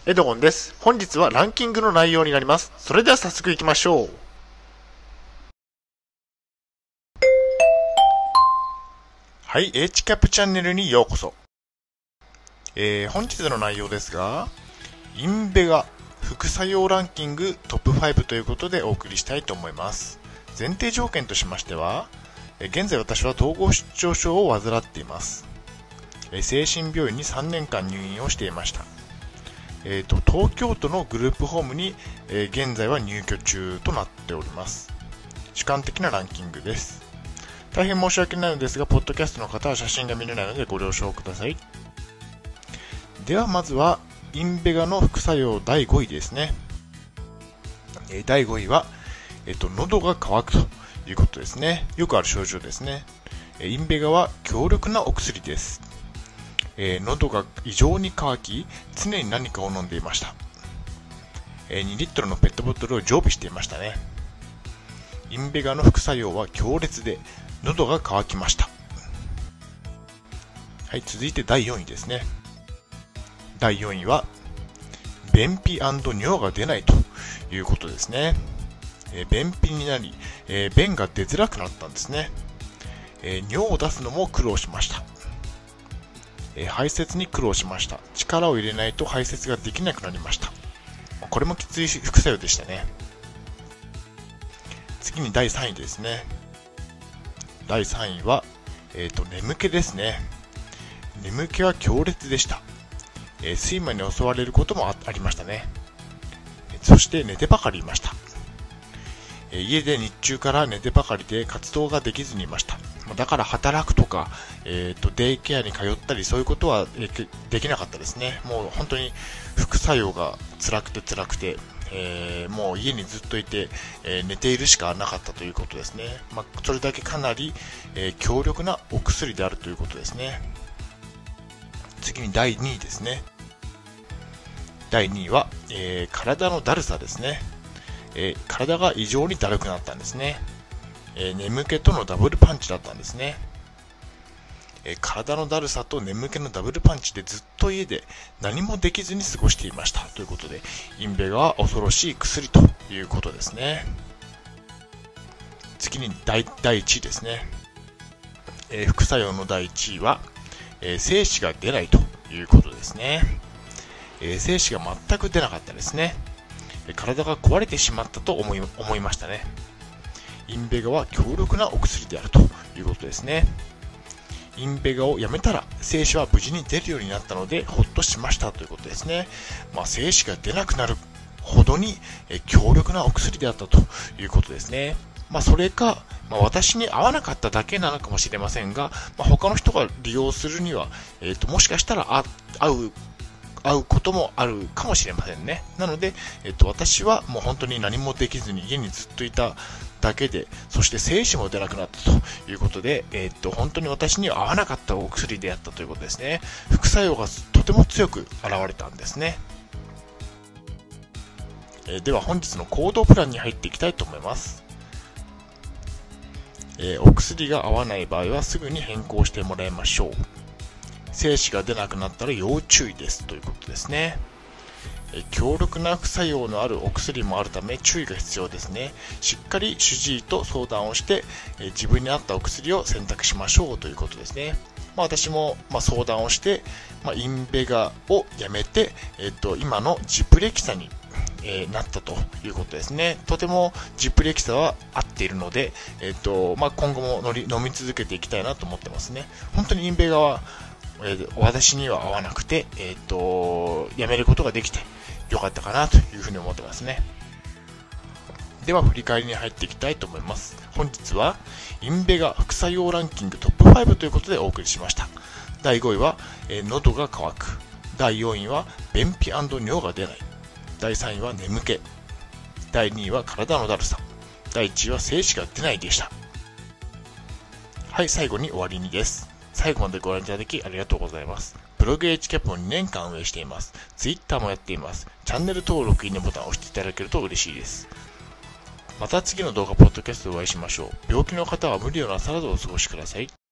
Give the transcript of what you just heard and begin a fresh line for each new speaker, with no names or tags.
エドゴンです。本日はランキングの内容になります。それでは早速いきましょう。はい、H キャップチャンネルにようこそ。本日の内容ですが、インベガ副作用ランキングトップ5ということでお送りしたいと思います。前提条件としましては、現在私は統合失調症を患っています。精神病院に3年間入院をしていました。東京都のグループホームに、現在は入居中となっております。主観的なランキングです。大変申し訳ないのですが、ポッドキャストの方は写真が見れないのでご了承ください。ではまずはインベガの副作用第5位ですね。第5位は、喉が渇くということですね。よくある症状ですね。インベガは強力なお薬です。喉が異常に渇き、常に何かを飲んでいました。2リットルのペットボトルを常備していましたね。インベガの副作用は強烈で、喉が渇きました。はい、続いて第4位ですね。第4位は、便秘&尿が出ないということですね。便秘になり、便が出づらくなったんですね。尿を出すのも苦労しました。排泄に苦労しました。力を入れないと排泄ができなくなりました。これもきつい副作用でしたね。次に第3位ですね。第3位は、眠気ですね。眠気は強烈でした。睡魔に襲われることもありましたね。そして寝てばかりいました。家で日中から寝てばかりで活動ができずにいました。だから働くとか、デイケアに通ったりそういうことはできなかったですね。もう本当に副作用が辛くて、もう家にずっといて、寝ているしかなかったということですね。それだけかなり、強力なお薬であるということですね。次に第2位ですね。第2位は、体のだるさですね。体が異常にだるくなったんですね。眠気とのダブルパンチだったんですね。体のだるさと眠気のダブルパンチでずっと家で何もできずに過ごしていましたということで、インベガは恐ろしい薬ということですね。次に第1位ですね。副作用の第1位は、精子が出ないということですね。精子が全く出なかったですね。体が壊れてしまったと思いましたね。インベガは強力なお薬であるということですね。インベガをやめたら精子は無事に出るようになったのでほっとしましたということですね。精子が出なくなるほどに強力なお薬であったということですね。それか、私に合わなかっただけなのかもしれませんが、他の人が利用するには、もしかしたら合うこともあるかもしれませんね。なので、私はもう本当に何もできずに家にずっといただけで、そして精子も出なくなったということで、本当に私には合わなかったお薬であったということですね。副作用がとても強く現れたんですね。では本日の行動プランに入っていきたいと思います。お薬が合わない場合はすぐに変更してもらいましょう。精子が出なくなったら要注意ですということですね。強力な副作用のあるお薬もあるため注意が必要ですね。しっかり主治医と相談をして、自分に合ったお薬を選択しましょうということですね。私も相談をして、インベガをやめて、今のジプレキサになったということですね。とてもジプレキサは合っているので、今後も飲み続けていきたいなと思ってますね。本当にインベガは私には合わなくて、やめることができてよかったかなというふうに思ってますね。では振り返りに入っていきたいと思います。本日はインベガ副作用ランキングトップ5ということでお送りしました。第5位は、喉が渇く。第4位は便秘&尿が出ない。第3位は眠気。第2位は体のだるさ。第1位は精子が出ないでした。はい、最後に終わりにです。最後までご覧いただきありがとうございます。ブログ H キャップを2年間運営しています。Twitter もやっています。チャンネル登録、いいねボタンを押していただけると嬉しいです。また次の動画ポッドキャストでお会いしましょう。病気の方は無理をなさらずお過ごしください。